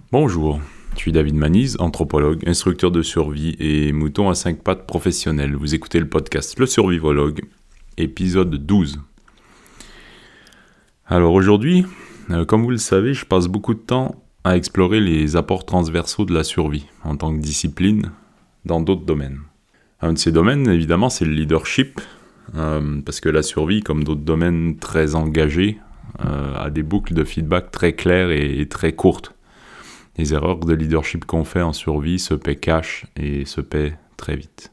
Bonjour, je suis David Manise, anthropologue, instructeur de survie et mouton à 5 pattes professionnel. Vous écoutez le podcast Le Survivologue, épisode 12. Alors aujourd'hui, comme vous le savez, je passe beaucoup de temps à explorer les apports transversaux de la survie en tant que discipline dans d'autres domaines. Un de ces domaines, évidemment, c'est le leadership, parce que la survie, comme d'autres domaines très engagés, a des boucles de feedback très claires et très courtes. Les erreurs de leadership qu'on fait en survie se paient cash et se paient très vite.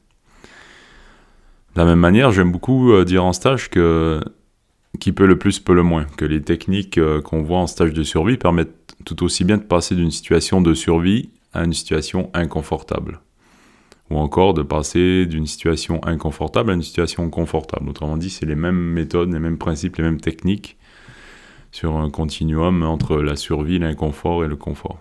De la même manière, j'aime beaucoup dire en stage que qui peut le plus peut le moins, que les techniques qu'on voit en stage de survie permettent tout aussi bien de passer d'une situation de survie à une situation inconfortable. Ou encore de passer d'une situation inconfortable à une situation confortable. Autrement dit, c'est les mêmes méthodes, les mêmes principes, les mêmes techniques sur un continuum entre la survie, l'inconfort et le confort.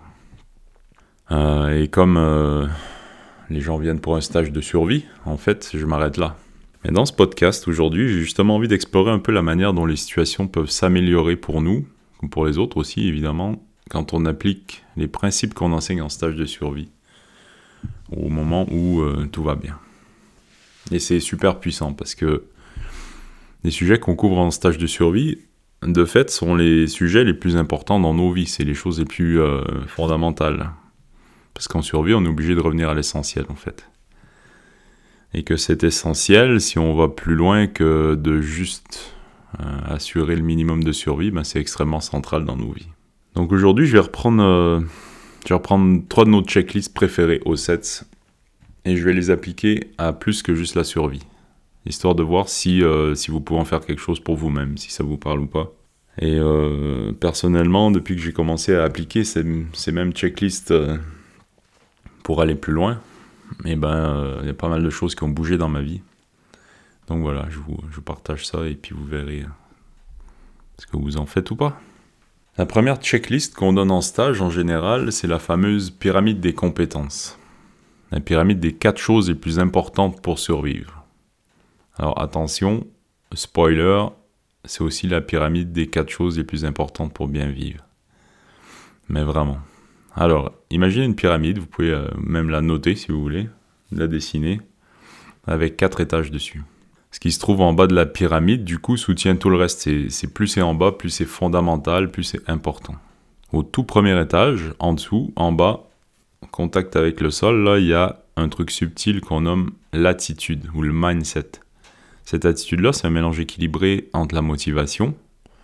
Et comme les gens viennent pour un stage de survie, en fait, je m'arrête là. Mais dans ce podcast, aujourd'hui, j'ai justement envie d'explorer un peu la manière dont les situations peuvent s'améliorer pour nous, comme pour les autres aussi, évidemment, quand on applique les principes qu'on enseigne en stage de survie, au moment où tout va bien. Et c'est super puissant, parce que les sujets qu'on couvre en stage de survie, de fait, sont les sujets les plus importants dans nos vies, c'est les choses les plus fondamentales. Parce qu'en survie, on est obligé de revenir à l'essentiel, en fait. Et que cet essentiel, si on va plus loin que de juste assurer le minimum de survie, c'est extrêmement central dans nos vies. Donc aujourd'hui, je vais reprendre 3 de nos checklists préférées au SETS et je vais les appliquer à plus que juste la survie. Histoire de voir si vous pouvez en faire quelque chose pour vous-même, si ça vous parle ou pas. Et personnellement, depuis que j'ai commencé à appliquer ces mêmes checklists pour aller plus loin, y a pas mal de choses qui ont bougé dans ma vie. Donc voilà, je vous partage ça et puis vous verrez ce que vous en faites ou pas. La première checklist qu'on donne en stage en général, c'est la fameuse pyramide des compétences. La pyramide des 4 choses les plus importantes pour survivre. Alors attention, spoiler, c'est aussi la pyramide des 4 choses les plus importantes pour bien vivre. Mais vraiment. Alors, imaginez une pyramide, vous pouvez même la noter si vous voulez, la dessiner, avec 4 étages dessus. Ce qui se trouve en bas de la pyramide, du coup, soutient tout le reste. C'est plus c'est en bas, plus c'est fondamental, plus c'est important. Au tout premier étage, en dessous, en bas, en contact avec le sol, là, il y a un truc subtil qu'on nomme l'attitude, ou le mindset. Cette attitude-là, c'est un mélange équilibré entre la motivation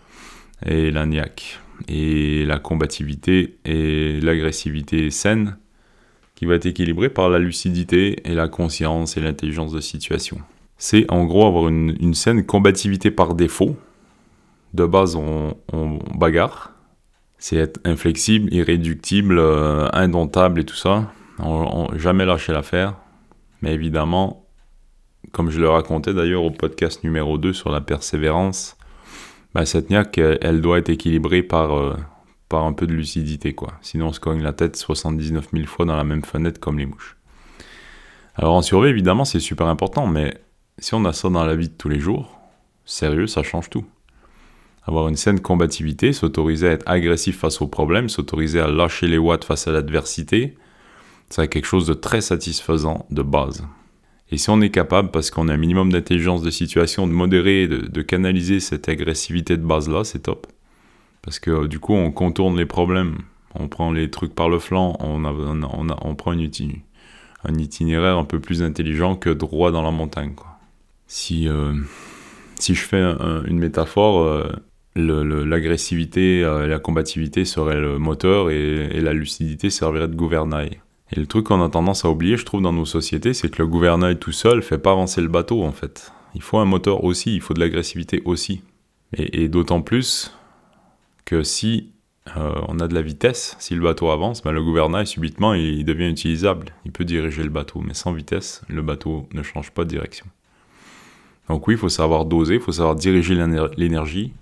et la niaque, et la combativité et l'agressivité saine, qui va être équilibrée par la lucidité et la conscience et l'intelligence de situation. C'est en gros avoir une saine combativité par défaut. De base, on bagarre. C'est être inflexible, irréductible, indomptable et tout ça. Jamais lâcher l'affaire. Mais évidemment, comme je le racontais d'ailleurs au podcast numéro 2 sur la persévérance, cette niaque, elle doit être équilibrée par un peu de lucidité, quoi. Sinon, on se cogne la tête 79 000 fois dans la même fenêtre comme les mouches. Alors en survie, évidemment, c'est super important, mais si on a ça dans la vie de tous les jours, sérieux, ça change tout. Avoir une saine combativité, s'autoriser à être agressif face aux problèmes, s'autoriser à lâcher les watts face à l'adversité, c'est quelque chose de très satisfaisant de base. Et si on est capable, parce qu'on a un minimum d'intelligence de situation, de modérer, de canaliser cette agressivité de base-là, c'est top. Parce que du coup, on contourne les problèmes, on prend les trucs par le flanc, on prend un itinéraire un peu plus intelligent que droit dans la montagne, quoi. Si je fais une métaphore, l'agressivité et la combativité seraient le moteur et la lucidité servirait de gouvernail. Et le truc qu'on a tendance à oublier, je trouve, dans nos sociétés, c'est que le gouvernail tout seul fait pas avancer le bateau, en fait. Il faut un moteur aussi, il faut de l'agressivité aussi. Et d'autant plus que si on a de la vitesse, si le bateau avance, le gouvernail, subitement, il devient utilisable. Il peut diriger le bateau, mais sans vitesse, le bateau ne change pas de direction. Donc oui, il faut savoir doser, il faut savoir diriger l'énergie.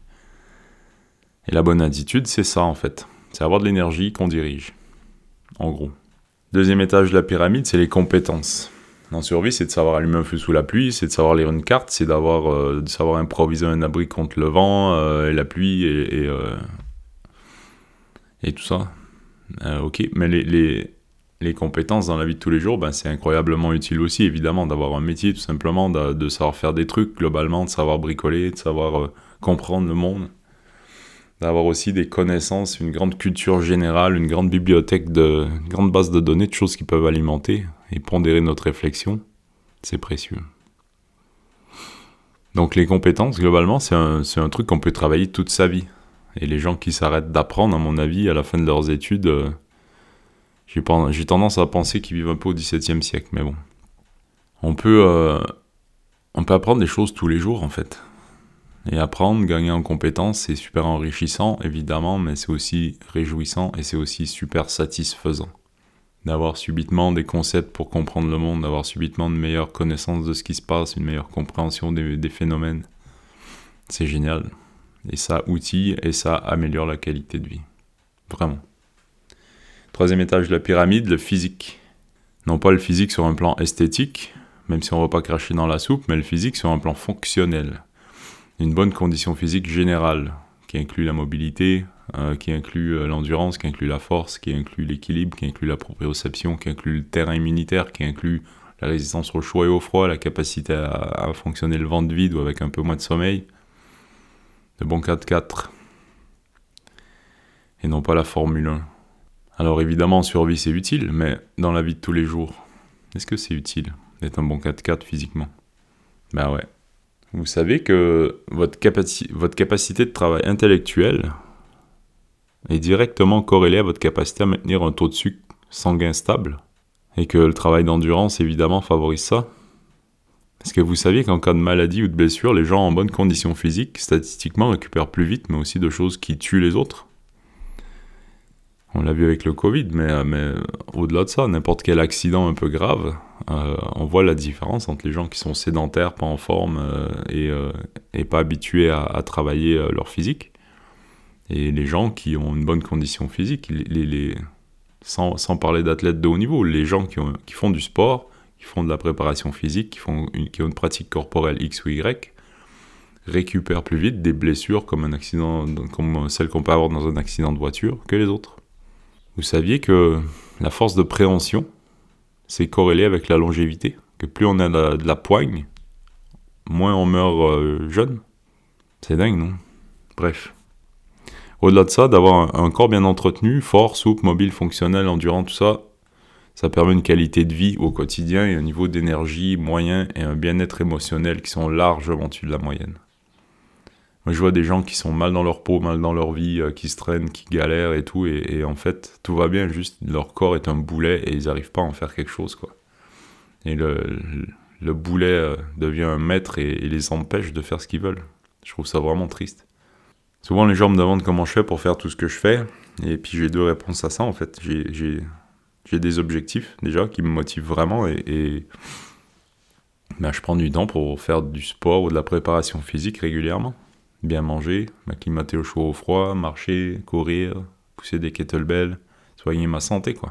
Et la bonne attitude, c'est ça, en fait. C'est avoir de l'énergie qu'on dirige, en gros. Deuxième étage de la pyramide, c'est les compétences. En survie, c'est de savoir allumer un feu sous la pluie, c'est de savoir lire une carte, c'est de savoir improviser un abri contre le vent, et la pluie, et tout ça. Ok, mais les compétences dans la vie de tous les jours, ben, c'est incroyablement utile aussi, évidemment, d'avoir un métier, tout simplement, de savoir faire des trucs, globalement, de savoir bricoler, de savoir comprendre le monde, d'avoir aussi des connaissances, une grande culture générale, une grande bibliothèque, une grande base de données, de choses qui peuvent alimenter et pondérer notre réflexion. C'est précieux. Donc les compétences, globalement, c'est un truc qu'on peut travailler toute sa vie. Et les gens qui s'arrêtent d'apprendre, à mon avis, à la fin de leurs études, j'ai tendance à penser qu'ils vivent un peu au XVIIe siècle, mais bon. On peut apprendre des choses tous les jours, en fait. Et apprendre, gagner en compétences, c'est super enrichissant, évidemment, mais c'est aussi réjouissant et c'est aussi super satisfaisant. D'avoir subitement des concepts pour comprendre le monde, d'avoir subitement une meilleure connaissance de ce qui se passe, une meilleure compréhension des phénomènes. C'est génial. Et ça outille et ça améliore la qualité de vie. Vraiment. Troisième étage de la pyramide, le physique. Non pas le physique sur un plan esthétique, même si on ne va pas cracher dans la soupe, mais le physique sur un plan fonctionnel. Une bonne condition physique générale, qui inclut la mobilité, qui inclut l'endurance, qui inclut la force, qui inclut l'équilibre, qui inclut la proprioception, qui inclut le terrain immunitaire, qui inclut la résistance au chaud et au froid, la capacité à fonctionner le ventre vide ou avec un peu moins de sommeil. Le bon 4x4. Et non pas la Formule 1. Alors évidemment, en survie, c'est utile, mais dans la vie de tous les jours, est-ce que c'est utile d'être un bon 4x4 physiquement ? Ben ouais. Vous savez que votre capacité de travail intellectuel est directement corrélée à votre capacité à maintenir un taux de sucre sanguin stable, et que le travail d'endurance, évidemment, favorise ça. Est-ce que vous saviez qu'en cas de maladie ou de blessure, les gens en bonne condition physique, statistiquement, récupèrent plus vite, mais aussi de choses qui tuent les autres ? On l'a vu avec le Covid, mais au-delà de ça, n'importe quel accident un peu grave, on voit la différence entre les gens qui sont sédentaires, pas en forme et pas habitués à travailler leur physique, et les gens qui ont une bonne condition physique, sans parler d'athlètes de haut niveau, les gens qui font du sport, qui font de la préparation physique, qui ont une pratique corporelle X ou Y, récupèrent plus vite des blessures comme celles qu'on peut avoir dans un accident de voiture que les autres. Vous saviez que la force de préhension, c'est corrélé avec la longévité, que plus on a de la poigne, moins on meurt jeune. C'est dingue, non ? Bref. Au-delà de ça, d'avoir un corps bien entretenu, fort, souple, mobile, fonctionnel, endurant, tout ça, ça permet une qualité de vie au quotidien et un niveau d'énergie moyen et un bien-être émotionnel qui sont largement au-dessus de la moyenne. Moi, je vois des gens qui sont mal dans leur peau, mal dans leur vie, qui se traînent, qui galèrent et tout, et en fait, tout va bien, juste leur corps est un boulet et ils n'arrivent pas à en faire quelque chose, quoi. Et le boulet devient un maître et les empêche de faire ce qu'ils veulent. Je trouve ça vraiment triste. Souvent, les gens me demandent comment je fais pour faire tout ce que je fais, et puis j'ai deux réponses à ça, en fait. J'ai des objectifs, déjà, qui me motivent vraiment, et je prends du temps pour faire du sport ou de la préparation physique régulièrement. Bien manger, m'acclimater au chaud au froid, marcher, courir, pousser des kettlebells, soigner ma santé, quoi.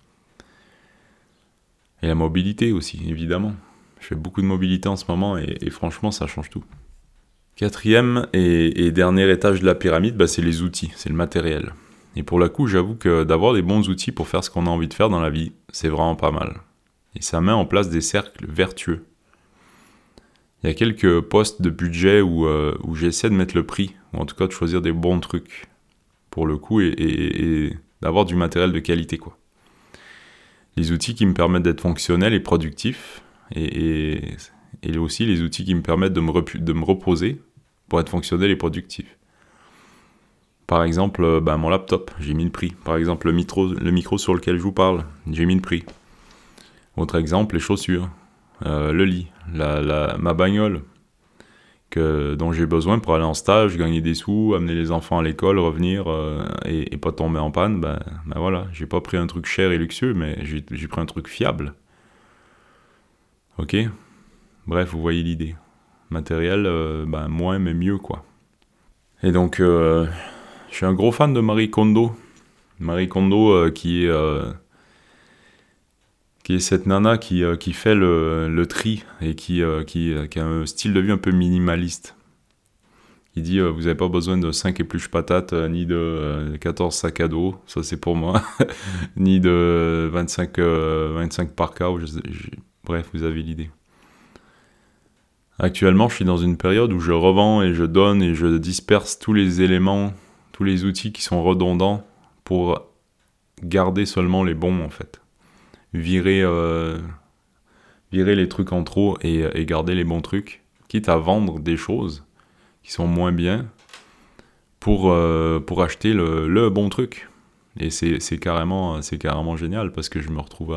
Et la mobilité aussi, évidemment. Je fais beaucoup de mobilité en ce moment et franchement, ça change tout. Quatrième et dernier étage de la pyramide, c'est les outils, c'est le matériel. Et pour le coup, j'avoue que d'avoir des bons outils pour faire ce qu'on a envie de faire dans la vie, c'est vraiment pas mal. Et ça met en place des cercles vertueux. Il y a quelques postes de budget où j'essaie de mettre le prix, ou en tout cas de choisir des bons trucs pour le coup et d'avoir du matériel de qualité, quoi. Les outils qui me permettent d'être fonctionnel et productif, et aussi les outils qui me permettent de me reposer pour être fonctionnel et productif. Par exemple, mon laptop, j'ai mis le prix. Par exemple, le micro sur lequel je vous parle, j'ai mis le prix. Autre exemple, les chaussures. Le lit, ma bagnole dont j'ai besoin pour aller en stage, gagner des sous, amener les enfants à l'école, revenir et pas tomber en panne, voilà, j'ai pas pris un truc cher et luxueux, mais j'ai pris un truc fiable. Ok ? Bref, vous voyez l'idée. Matériel, moins mais mieux, quoi. Et donc, je suis un gros fan de Marie Kondo. Marie Kondo qui est cette nana qui fait le tri et qui a un style de vie un peu minimaliste, qui dit vous n'avez pas besoin de 5 épluches patates, ni de 14 sacs à dos, ça c'est pour moi, ni de 25 parkas, bref, vous avez l'idée. Actuellement, je suis dans une période où je revends et je donne et je disperse tous les éléments, tous les outils qui sont redondants pour garder seulement les bons en fait. Virer les trucs en trop et garder les bons trucs, quitte à vendre des choses qui sont moins bien pour acheter le bon truc. Et c'est carrément génial parce que je me retrouve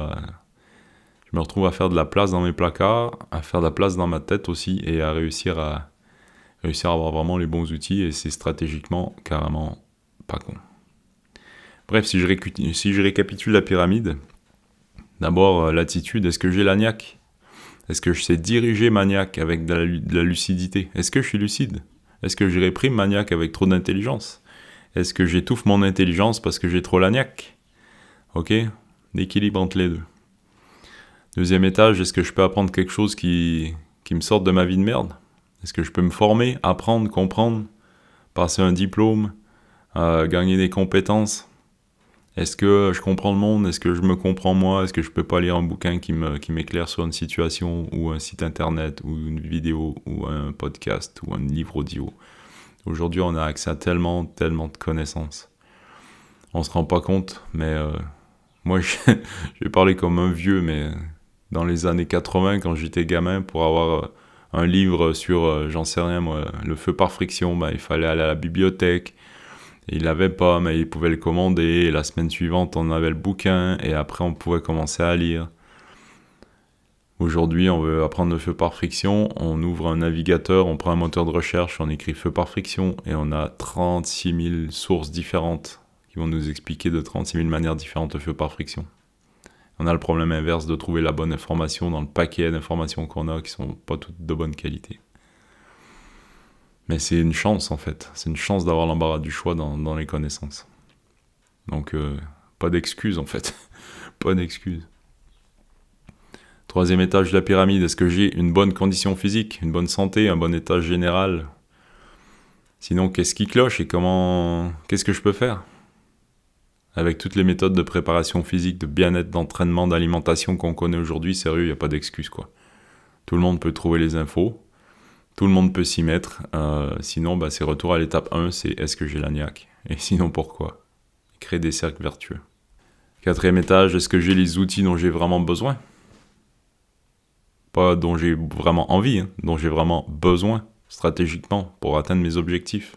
à faire de la place dans mes placards, à faire de la place dans ma tête aussi et à réussir à avoir vraiment les bons outils, et c'est stratégiquement carrément pas con. Bref, si je récapitule la pyramide, d'abord l'attitude, est-ce que j'ai la niaque ? Est-ce que je sais diriger ma niaque avec de la lucidité ? Est-ce que je suis lucide ? Est-ce que je réprime ma niaque avec trop d'intelligence ? Est-ce que j'étouffe mon intelligence parce que j'ai trop la niaque ? Ok ? L'équilibre entre les deux. Deuxième étage, est-ce que je peux apprendre quelque chose qui me sorte de ma vie de merde ? Est-ce que je peux me former, apprendre, comprendre, passer un diplôme, gagner des compétences ? Est-ce que je comprends le monde ? Est-ce que je me comprends moi ? Est-ce que je peux pas lire un bouquin qui m'éclaire sur une situation, ou un site internet, ou une vidéo, ou un podcast, ou un livre audio ? Aujourd'hui, on a accès à tellement de connaissances. On se rend pas compte, mais moi, je vais parler comme un vieux, mais dans les années 80, quand j'étais gamin, pour avoir un livre sur, j'en sais rien moi, le feu par friction, il fallait aller à la bibliothèque. Et il l'avait pas, mais il pouvait le commander. Et la semaine suivante, on avait le bouquin. Et après, on pouvait commencer à lire. Aujourd'hui, on veut apprendre le feu par friction. On ouvre un navigateur, on prend un moteur de recherche, on écrit feu par friction. Et on a 36 000 sources différentes qui vont nous expliquer de 36 000 manières différentes le feu par friction. On a le problème inverse de trouver la bonne information dans le paquet d'informations qu'on a qui sont pas toutes de bonne qualité. Mais c'est une chance en fait, c'est une chance d'avoir l'embarras du choix dans les connaissances. Donc pas d'excuses en fait, pas d'excuses. Troisième étage de la pyramide, est-ce que j'ai une bonne condition physique, une bonne santé, un bon état général ? Sinon, qu'est-ce qui cloche et qu'est-ce que je peux faire ? Avec toutes les méthodes de préparation physique, de bien-être, d'entraînement, d'alimentation qu'on connaît aujourd'hui, sérieux, il n'y a pas d'excuses quoi. Tout le monde peut trouver les infos. Tout le monde peut s'y mettre, sinon c'est retour à l'étape 1, c'est est-ce que j'ai la niaque ? Et sinon pourquoi ? Créer des cercles vertueux. Quatrième étage, est-ce que j'ai les outils dont j'ai vraiment besoin ? Pas dont j'ai vraiment envie, dont j'ai vraiment besoin stratégiquement pour atteindre mes objectifs.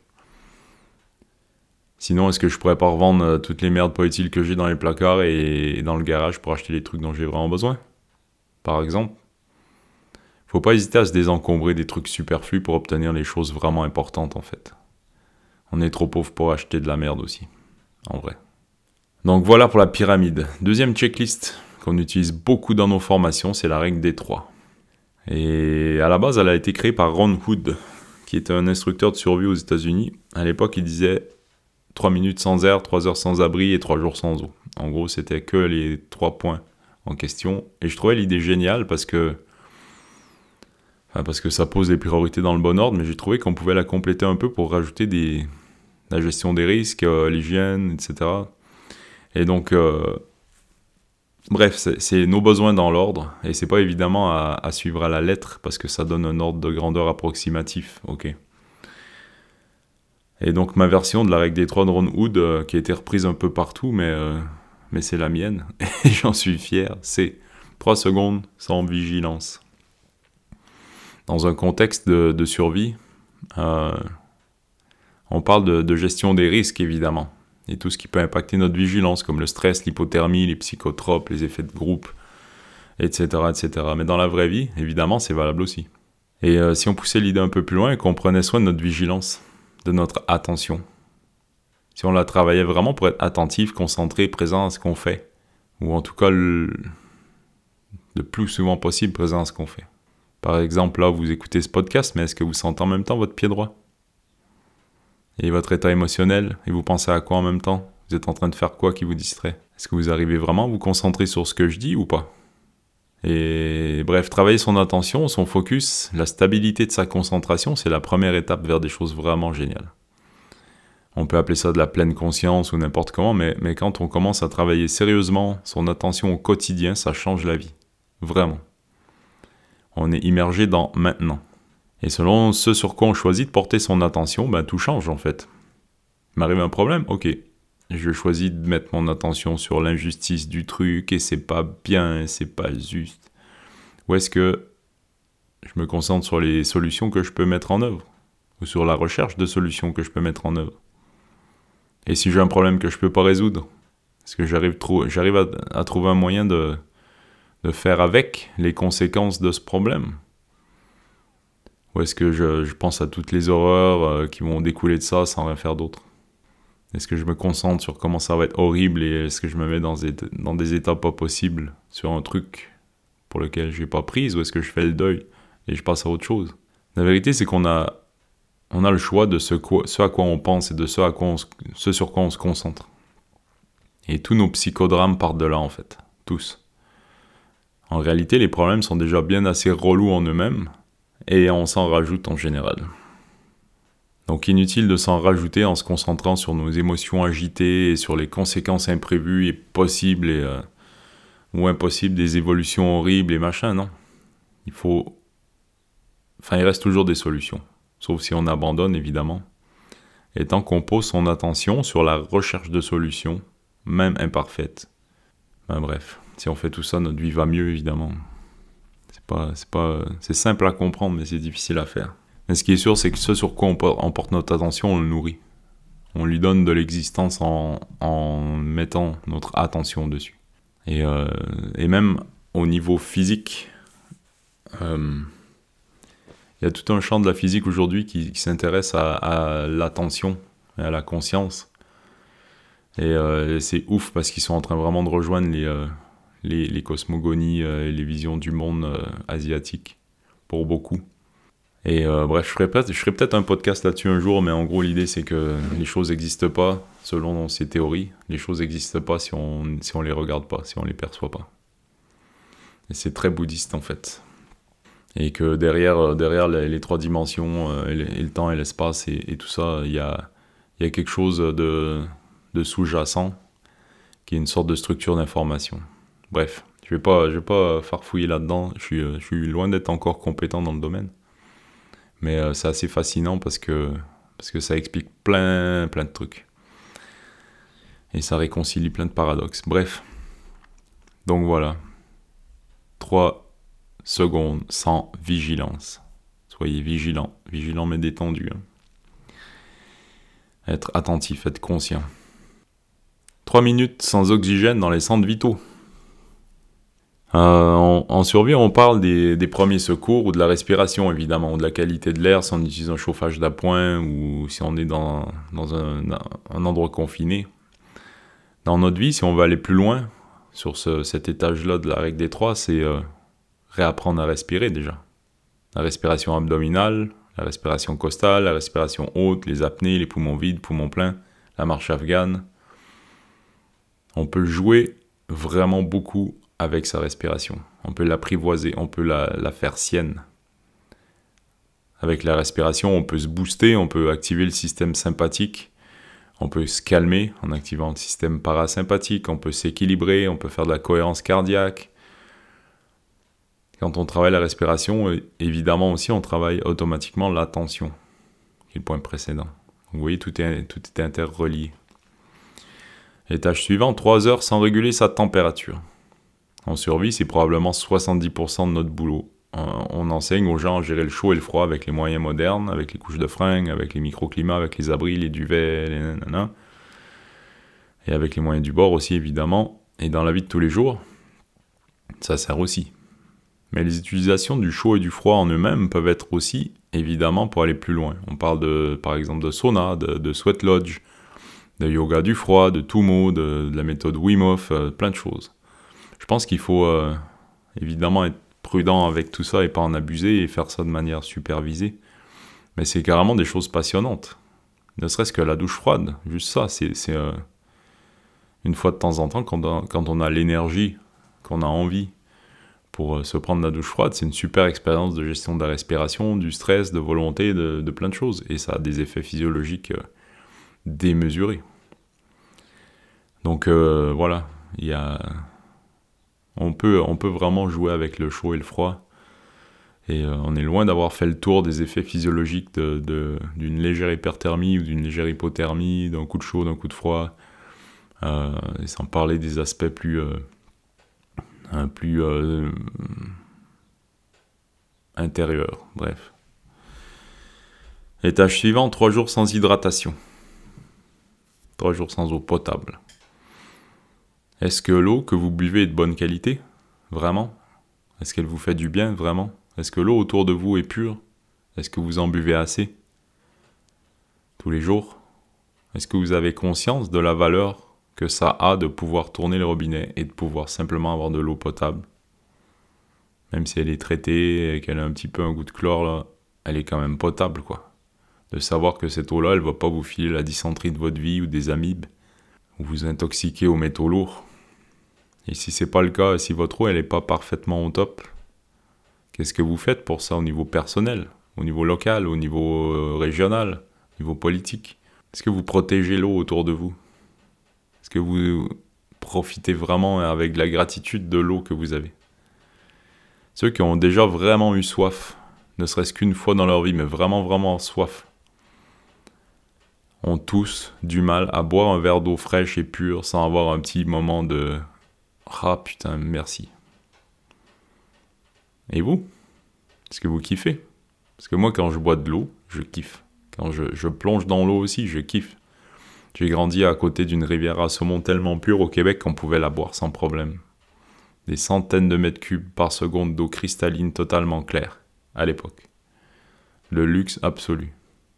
Sinon, est-ce que je pourrais pas revendre toutes les merdes pas utiles que j'ai dans les placards et dans le garage pour acheter les trucs dont j'ai vraiment besoin ? Par exemple. Faut pas hésiter à se désencombrer des trucs superflus pour obtenir les choses vraiment importantes en fait. On est trop pauvre pour acheter de la merde aussi, en vrai. Donc voilà pour la pyramide. Deuxième checklist qu'on utilise beaucoup dans nos formations, c'est la règle des 3. Et à la base, elle a été créée par Ron Hood, qui était un instructeur de survie aux États-Unis. À l'époque, il disait 3 minutes sans air, 3 heures sans abri et 3 jours sans eau. En gros, c'était que les 3 points en question. Et je trouvais l'idée géniale parce que ça pose les priorités dans le bon ordre, mais j'ai trouvé qu'on pouvait la compléter un peu pour rajouter la gestion des risques, l'hygiène, etc. Et donc, bref, c'est nos besoins dans l'ordre, et c'est pas évidemment à suivre à la lettre, parce que ça donne un ordre de grandeur approximatif, ok. Et donc ma version de la règle des 3 de Ron Hood, qui a été reprise un peu partout, mais c'est la mienne, et j'en suis fier, c'est 3 secondes sans vigilance. Dans un contexte de survie, on parle de gestion des risques, évidemment, et tout ce qui peut impacter notre vigilance, comme le stress, l'hypothermie, les psychotropes, les effets de groupe, etc., etc. Mais dans la vraie vie, évidemment, c'est valable aussi. Et si on poussait l'idée un peu plus loin et qu'on prenait soin de notre vigilance, de notre attention, si on la travaillait vraiment pour être attentif, concentré, présent à ce qu'on fait, ou en tout cas le plus souvent possible présent à ce qu'on fait. Par exemple, là, vous écoutez ce podcast, mais est-ce que vous sentez en même temps votre pied droit ? Et votre état émotionnel ? Et vous pensez à quoi en même temps ? Vous êtes en train de faire quoi qui vous distrait ? Est-ce que vous arrivez vraiment à vous concentrer sur ce que je dis ou pas ? Et bref, travailler son attention, son focus, la stabilité de sa concentration, c'est la première étape vers des choses vraiment géniales. On peut appeler ça de la pleine conscience ou n'importe comment, mais quand on commence à travailler sérieusement son attention au quotidien, ça change la vie. Vraiment. On est immergé dans maintenant. Et selon ce sur quoi on choisit de porter son attention, tout change en fait. Il m'arrive un problème, ok. Je choisis de mettre mon attention sur l'injustice du truc et c'est pas bien, et c'est pas juste. Ou est-ce que je me concentre sur les solutions que je peux mettre en œuvre? Ou sur la recherche de solutions que je peux mettre en œuvre? Et si j'ai un problème que je peux pas résoudre, est-ce que j'arrive à trouver un moyen de faire avec les conséquences de ce problème? Ou est-ce que je pense à toutes les horreurs qui vont découler de ça sans rien faire d'autre? Est-ce que je me concentre sur comment ça va être horrible et est-ce que je me mets dans des états pas possibles sur un truc pour lequel j'ai pas prise, ou est-ce que je fais le deuil et je passe à autre chose? La vérité, c'est qu'on a le choix de ce à quoi on pense et de ce sur quoi on se concentre. Et tous nos psychodrames partent de là, en fait. Tous. En réalité, les problèmes sont déjà bien assez relous en eux-mêmes, et on s'en rajoute en général. Donc inutile de s'en rajouter en se concentrant sur nos émotions agitées et sur les conséquences imprévues et possibles ou impossibles des évolutions horribles et machin, non. Il reste toujours des solutions. Sauf si on abandonne, évidemment. Et tant qu'on pose son attention sur la recherche de solutions, même imparfaites. Bref, si on fait tout ça, notre vie va mieux, évidemment. C'est simple à comprendre, mais c'est difficile à faire. Mais ce qui est sûr, c'est que ce sur quoi on porte notre attention, on le nourrit. On lui donne de l'existence en mettant notre attention dessus. Et même au niveau physique, il y a tout un champ de la physique aujourd'hui qui s'intéresse à l'attention et à la conscience. Et c'est ouf parce qu'ils sont en train vraiment de rejoindre les cosmogonies et les visions du monde asiatique pour beaucoup. Et bref, je ferai peut-être un podcast là-dessus un jour, mais en gros l'idée c'est que les choses n'existent pas selon ces théories. Les choses n'existent pas si on les regarde pas, si on les perçoit pas. Et c'est très bouddhiste en fait. Et que derrière les trois dimensions, et le temps et l'espace et tout ça, il y a quelque chose de sous-jacent qui est une sorte de structure d'information. Bref, je vais pas farfouiller là-dedans, je suis loin d'être encore compétent dans le domaine. Mais c'est assez fascinant parce que ça explique plein de trucs. Et ça réconcilie plein de paradoxes. Bref. Donc voilà. 3 secondes sans vigilance. Soyez vigilants. Vigilants mais détendus. Être attentif, être conscient. 3 minutes sans oxygène dans les centres vitaux. En survie, on parle des premiers secours ou de la respiration, évidemment, ou de la qualité de l'air si on utilise un chauffage d'appoint ou si on est dans un endroit confiné. Dans notre vie, si on veut aller plus loin sur cet étage-là de la règle des 3, c'est réapprendre à respirer déjà. La respiration abdominale, la respiration costale, la respiration haute, les apnées, les poumons vides, poumons pleins, la marche afghane. On peut jouer vraiment beaucoup avec sa respiration. On peut l'apprivoiser, on peut la faire sienne. Avec la respiration, on peut se booster, on peut activer le système sympathique, on peut se calmer en activant le système parasympathique, on peut s'équilibrer, on peut faire de la cohérence cardiaque. Quand on travaille la respiration, évidemment aussi, on travaille automatiquement l'attention, qui est le point précédent. Donc, vous voyez, tout est interrelié. Étage suivant, 3 heures sans réguler sa température. En survie, c'est probablement 70% de notre boulot. On enseigne aux gens à gérer le chaud et le froid avec les moyens modernes, avec les couches de fringues, avec les microclimats, avec les abris, les duvets, les nanana. Et avec les moyens du bord aussi, évidemment. Et dans la vie de tous les jours, ça sert aussi. Mais les utilisations du chaud et du froid en eux-mêmes peuvent être aussi, évidemment, pour aller plus loin. On parle par exemple de sauna, de sweat lodge, de yoga du froid, de Tummo, de la méthode Wim Hof, plein de choses. Je pense qu'il faut évidemment être prudent avec tout ça et pas en abuser et faire ça de manière supervisée. Mais c'est carrément des choses passionnantes. Ne serait-ce que la douche froide, juste ça, c'est une fois de temps en temps, quand on a l'énergie, qu'on a envie, pour se prendre la douche froide, c'est une super expérience de gestion de la respiration, du stress, de volonté, de plein de choses. Et ça a des effets physiologiques démesurés. Donc voilà, on peut vraiment jouer avec le chaud et le froid. Et on est loin d'avoir fait le tour des effets physiologiques d'une légère hyperthermie ou d'une légère hypothermie, d'un coup de chaud, d'un coup de froid. Et sans parler des aspects plus intérieurs, bref. Étage suivant, 3 jours sans hydratation. 3 jours sans eau potable. Est-ce que l'eau que vous buvez est de bonne qualité? Vraiment? Est-ce qu'elle vous fait du bien? Vraiment? Est-ce que l'eau autour de vous est pure? Est-ce que vous en buvez assez? Tous les jours? Est-ce que vous avez conscience de la valeur que ça a de pouvoir tourner le robinet et de pouvoir simplement avoir de l'eau potable? Même si elle est traitée et qu'elle a un petit peu un goût de chlore, là, elle est quand même potable, quoi. De savoir que cette eau-là, elle va pas vous filer la dysenterie de votre vie ou des amibes, ou vous intoxiquer aux métaux lourds. Et si c'est pas le cas, si votre eau, elle est pas parfaitement au top, qu'est-ce que vous faites pour ça au niveau personnel, au niveau local, au niveau régional, au niveau politique? Est-ce que vous protégez l'eau autour de vous? Est-ce que vous profitez vraiment avec de la gratitude de l'eau que vous avez? Ceux qui ont déjà vraiment eu soif, ne serait-ce qu'une fois dans leur vie, mais vraiment, vraiment soif, ont tous du mal à boire un verre d'eau fraîche et pure sans avoir un petit moment de « Ah putain, merci ». Et vous? Est-ce que vous kiffez? Parce que moi, quand je bois de l'eau, je kiffe. Quand je plonge dans l'eau aussi, je kiffe. J'ai grandi à côté d'une rivière à saumon tellement pure au Québec qu'on pouvait la boire sans problème. Des centaines de mètres cubes par seconde d'eau cristalline totalement claire, à l'époque. Le luxe absolu.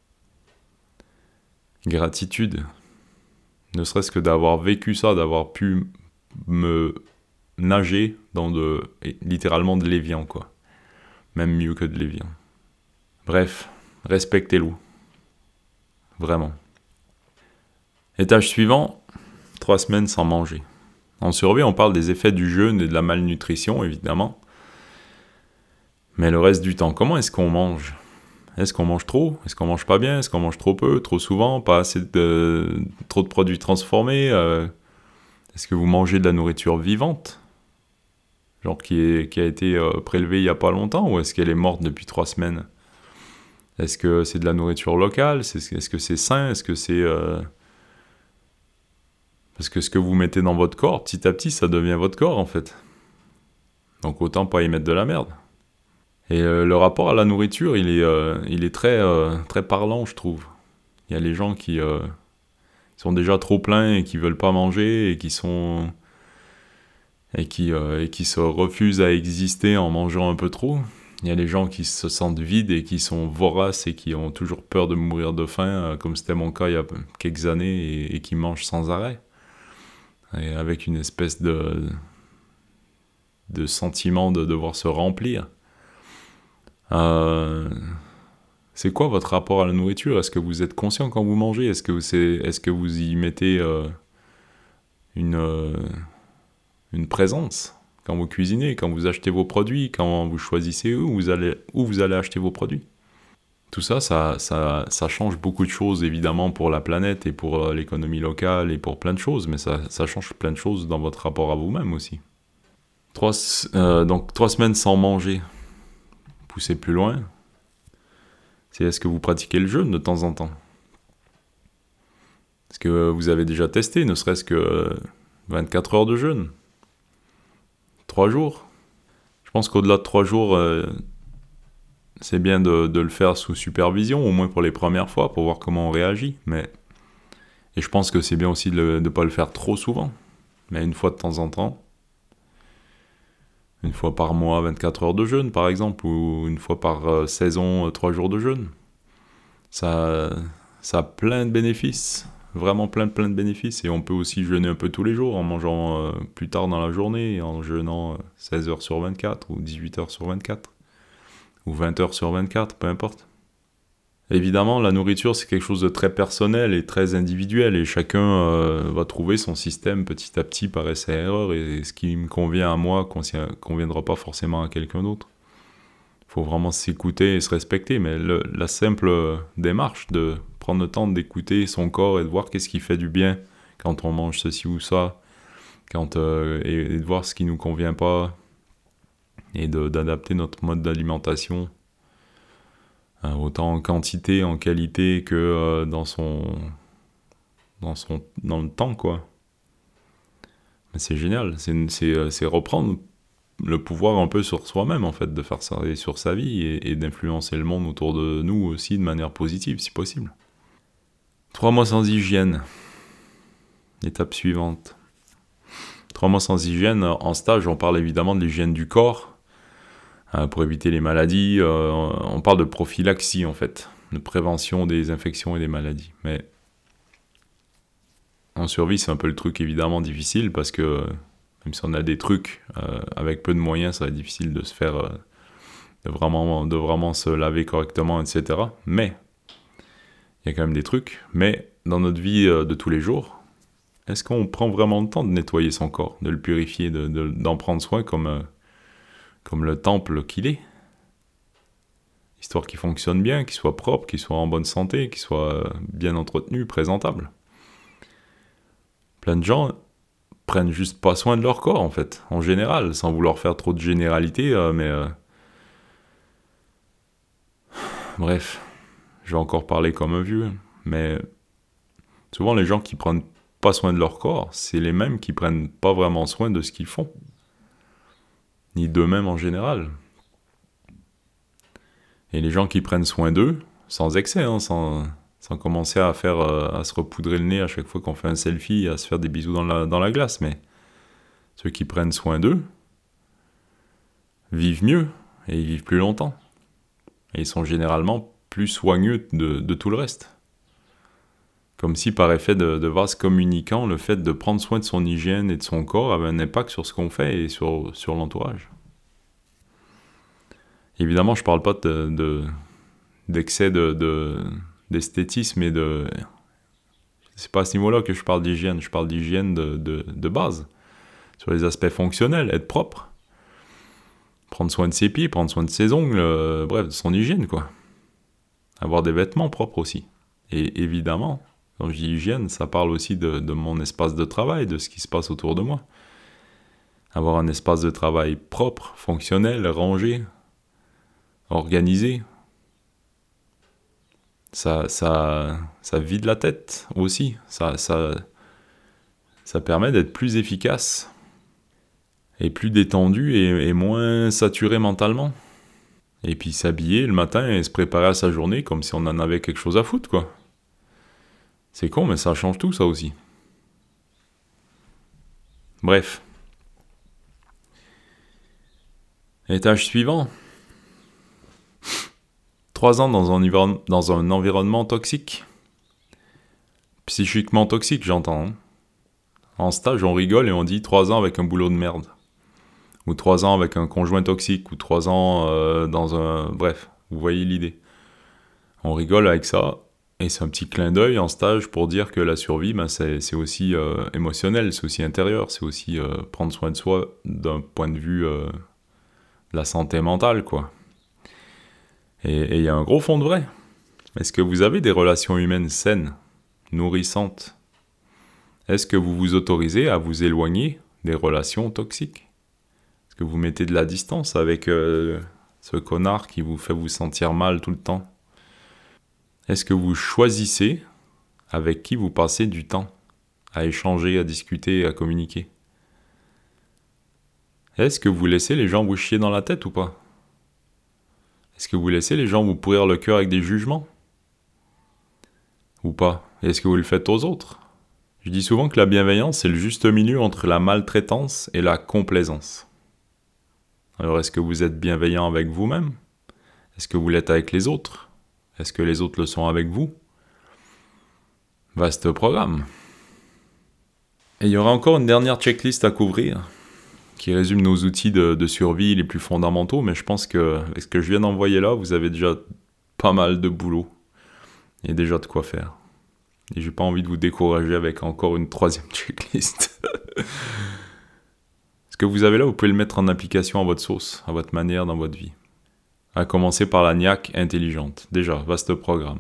Gratitude. Ne serait-ce que d'avoir vécu ça, d'avoir pu me nager dans littéralement de l'évian, quoi. Même mieux que de l'évian. Bref, respectez l'eau. Vraiment. Étage suivant, 3 semaines sans manger. En survie, on parle des effets du jeûne et de la malnutrition, évidemment. Mais le reste du temps, comment est-ce qu'on mange? Est-ce qu'on mange trop? Est-ce qu'on mange pas bien? Est-ce qu'on mange trop peu? Trop souvent? Pas assez trop de produits transformés? Est-ce que vous mangez de la nourriture vivante? Genre qui a été prélevée il y a pas longtemps? Ou est-ce qu'elle est morte depuis 3 semaines? Est-ce que c'est de la nourriture locale? Est-ce que c'est sain? Est-ce que c'est... Parce que ce que vous mettez dans votre corps, petit à petit, ça devient votre corps, en fait. Donc autant pas y mettre de la merde. Et le rapport à la nourriture, il est très, très parlant, je trouve. Il y a les gens qui sont déjà trop pleins et qui veulent pas manger et qui se refusent à exister en mangeant un peu trop. Il y a les gens qui se sentent vides et qui sont voraces et qui ont toujours peur de mourir de faim, comme c'était mon cas il y a quelques années, et qui mangent sans arrêt. Et avec une espèce de sentiment de devoir se remplir. C'est quoi votre rapport à la nourriture? Est-ce que vous êtes conscient quand vous mangez? Est-ce que vous y mettez une présence quand vous cuisinez, quand vous achetez vos produits, quand vous choisissez où vous allez acheter vos produits? Tout ça, ça change beaucoup de choses évidemment pour la planète et pour l'économie locale et pour plein de choses, mais ça change plein de choses dans votre rapport à vous-même aussi. Donc 3 semaines sans manger. Poussez plus loin. Est-ce que vous pratiquez le jeûne de temps en temps? Est-ce que vous avez déjà testé, ne serait-ce que 24 heures de jeûne? 3 jours? Je pense qu'au-delà de 3 jours, c'est bien de le faire sous supervision, au moins pour les premières fois, pour voir comment on réagit. Et je pense que c'est bien aussi de ne pas le faire trop souvent, mais une fois de temps en temps. Une fois par mois, 24 heures de jeûne, par exemple, ou une fois par saison, 3 jours de jeûne. Ça a plein de bénéfices, vraiment plein de bénéfices, et on peut aussi jeûner un peu tous les jours, en mangeant plus tard dans la journée, en jeûnant 16 heures sur 24, ou 18 heures sur 24, ou 20 heures sur 24, peu importe. Évidemment, la nourriture, c'est quelque chose de très personnel et très individuel, et chacun va trouver son système petit à petit par essai-erreur, et ce qui me convient à moi conviendra pas forcément à quelqu'un d'autre. Il faut vraiment s'écouter et se respecter, mais la simple démarche de prendre le temps d'écouter son corps et de voir qu'est-ce qui fait du bien quand on mange ceci ou ça, et de voir ce qui nous convient pas, et d'adapter notre mode d'alimentation, autant en quantité, en qualité que dans le temps, quoi. Mais c'est génial, c'est reprendre le pouvoir un peu sur soi-même, en fait, de faire ça et sur sa vie, et d'influencer le monde autour de nous aussi de manière positive, si possible. 3 mois sans hygiène. Étape suivante. 3 mois sans hygiène. En stage, on parle évidemment de l'hygiène du corps, pour éviter les maladies. On parle de prophylaxie, en fait, de prévention des infections et des maladies. Mais en survie, c'est un peu le truc évidemment difficile, parce que même si on a des trucs, avec peu de moyens, ça va être difficile de se faire, de vraiment se laver correctement, etc. Mais il y a quand même des trucs. Mais dans notre vie de tous les jours, est-ce qu'on prend vraiment le temps de nettoyer son corps, de le purifier, d'en prendre soin comme le temple qu'il est, histoire qu'il fonctionne bien, qu'il soit propre, qu'il soit en bonne santé, qu'il soit bien entretenu, présentable. Plein de gens prennent juste pas soin de leur corps, en fait, en général, sans vouloir faire trop de généralité, bref, je vais encore parler comme un vieux, mais souvent les gens qui prennent pas soin de leur corps, c'est les mêmes qui prennent pas vraiment soin de ce qu'ils font, ni d'eux-mêmes en général. Et les gens qui prennent soin d'eux, sans excès, hein, sans commencer à se repoudrer le nez à chaque fois qu'on fait un selfie, à se faire des bisous dans la glace, mais ceux qui prennent soin d'eux vivent mieux, et ils vivent plus longtemps. Et ils sont généralement plus soigneux de tout le reste. Comme si par effet de vase communicant, le fait de prendre soin de son hygiène et de son corps avait un impact sur ce qu'on fait et sur l'entourage. Évidemment, je parle pas d'excès d'esthétisme et de... C'est pas à ce niveau-là que je parle d'hygiène. Je parle d'hygiène de base. Sur les aspects fonctionnels, être propre. Prendre soin de ses pieds, prendre soin de ses ongles, bref, de son hygiène, quoi. Avoir des vêtements propres aussi. Et évidemment, quand je dis hygiène, ça parle aussi de mon espace de travail, de ce qui se passe autour de moi. Avoir un espace de travail propre, fonctionnel, rangé, organisé. Ça vide la tête aussi. Ça permet d'être plus efficace et plus détendu et moins saturé mentalement. Et puis s'habiller le matin et se préparer à sa journée comme si on en avait quelque chose à foutre, quoi. C'est con, mais ça change tout, ça aussi. Bref. Étage suivant. 3 ans dans un environnement toxique. Psychiquement toxique, j'entends. Hein. En stage, on rigole et on dit 3 ans avec un boulot de merde. Ou 3 ans avec un conjoint toxique. Ou 3 ans dans un... Bref, vous voyez l'idée. On rigole avec ça. Et c'est un petit clin d'œil en stage pour dire que la survie, c'est aussi émotionnel, c'est aussi intérieur. C'est aussi prendre soin de soi d'un point de vue de la santé mentale, quoi. Et il y a un gros fond de vrai. Est-ce que vous avez des relations humaines saines, nourrissantes ? Est-ce que vous vous autorisez à vous éloigner des relations toxiques ? Est-ce que vous mettez de la distance avec ce connard qui vous fait vous sentir mal tout le temps ? Est-ce que vous choisissez avec qui vous passez du temps à échanger, à discuter, à communiquer ? Est-ce que vous laissez les gens vous chier dans la tête ou pas ? Est-ce que vous laissez les gens vous pourrir le cœur avec des jugements ? Ou pas ? Est-ce que vous le faites aux autres ? Je dis souvent que la bienveillance, c'est le juste milieu entre la maltraitance et la complaisance. Alors, est-ce que vous êtes bienveillant avec vous-même ? Est-ce que vous l'êtes avec les autres ? Est-ce que les autres le sont avec vous ? Vaste programme. Et il y aura encore une dernière checklist à couvrir, qui résume nos outils de survie les plus fondamentaux, mais je pense que avec ce que je viens d'envoyer là, vous avez déjà pas mal de boulot. Il y a déjà de quoi faire. Et j'ai pas envie de vous décourager avec encore une 3e checklist. Ce que vous avez là, vous pouvez le mettre en application à votre sauce, à votre manière dans votre vie. À commencer par la niaque intelligente. Déjà, vaste programme.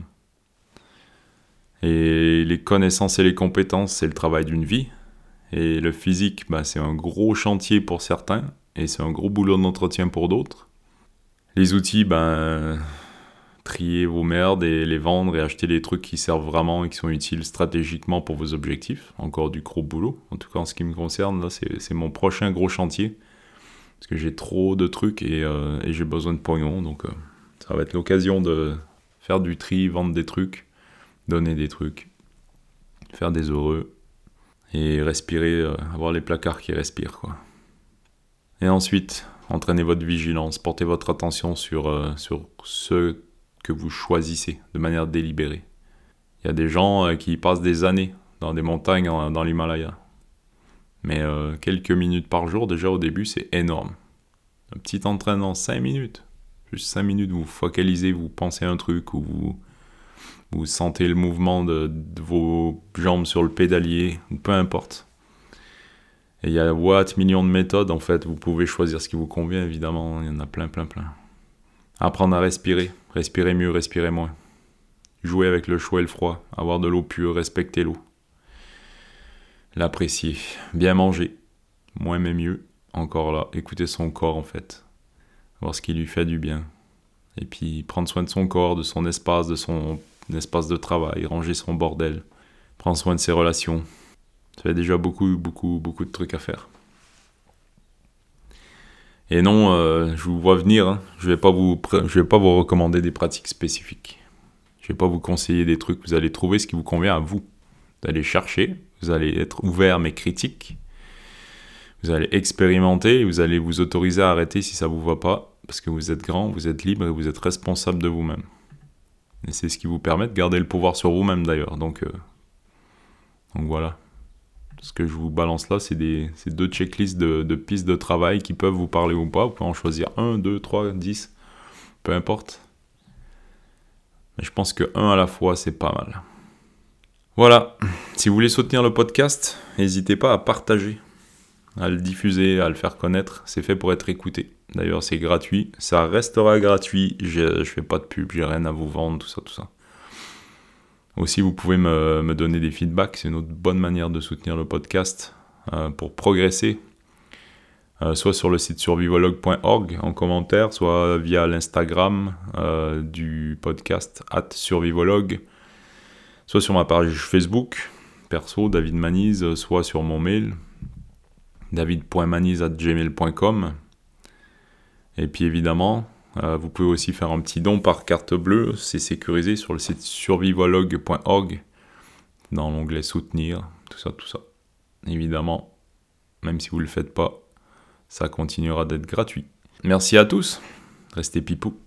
Et les connaissances et les compétences, c'est le travail d'une vie. Et le physique, c'est un gros chantier pour certains, et c'est un gros boulot d'entretien pour d'autres. Les outils, trier vos merdes et les vendre et acheter les trucs qui servent vraiment et qui sont utiles stratégiquement pour vos objectifs. Encore du gros boulot. En tout cas, en ce qui me concerne, là, c'est mon prochain gros chantier. Parce que j'ai trop de trucs et j'ai besoin de pognon. Donc, ça va être l'occasion de faire du tri, vendre des trucs, donner des trucs, faire des heureux et respirer, avoir les placards qui respirent, quoi. Et ensuite, entraînez votre vigilance, portez votre attention sur ce que vous choisissez de manière délibérée. Il y a des gens qui passent des années dans des montagnes dans l'Himalaya. Mais quelques minutes par jour, déjà au début, c'est énorme. Un petit entraînement, 5 minutes. Juste 5 minutes, vous focalisez, vous pensez à un truc, ou vous sentez le mouvement de vos jambes sur le pédalier, ou peu importe. Et il y a millions de méthodes, en fait. Vous pouvez choisir ce qui vous convient, évidemment. Il y en a plein. Apprendre à respirer. Respirer mieux, respirer moins. Jouer avec le chaud et le froid. Avoir de l'eau pure, respecter l'eau. L'apprécier. Bien manger. Moins mais mieux. Encore là, écouter son corps, en fait. Voir ce qui lui fait du bien. Et puis prendre soin de son corps, de son espace de travail. Ranger son bordel. Prendre soin de ses relations. Ça fait déjà beaucoup de trucs à faire. Et non, je vous vois venir, hein. Je vais pas vous recommander des pratiques spécifiques. Je vais pas vous conseiller des trucs, vous allez trouver ce qui vous convient à vous. Vous allez chercher, vous allez être ouvert mais critique. Vous allez expérimenter, vous allez vous autoriser à arrêter si ça vous va pas, parce que vous êtes grand, vous êtes libre et vous êtes responsable de vous-même. Et c'est ce qui vous permet de garder le pouvoir sur vous-même d'ailleurs. Donc voilà. Ce que je vous balance là, c'est 2 checklists de pistes de travail qui peuvent vous parler ou pas. Vous pouvez en choisir 1, 2, 3, 10, peu importe. Mais je pense que 1 à la fois, c'est pas mal. Voilà. Si vous voulez soutenir le podcast, n'hésitez pas à partager, à le diffuser, à le faire connaître. C'est fait pour être écouté. D'ailleurs, c'est gratuit. Ça restera gratuit. Je fais pas de pub, j'ai rien à vous vendre, tout ça. Aussi, vous pouvez me donner des feedbacks, c'est une autre bonne manière de soutenir le podcast pour progresser, soit sur le site survivologue.org en commentaire, soit via l'Instagram du podcast @survivologue, soit sur ma page Facebook, perso, David Maniz, soit sur mon mail, david.maniz@gmail.com. Et puis évidemment, vous pouvez aussi faire un petit don par carte bleue, c'est sécurisé sur le site survivologue.org, dans l'onglet soutenir, tout ça. Évidemment, même si vous ne le faites pas, ça continuera d'être gratuit. Merci à tous, restez pipou.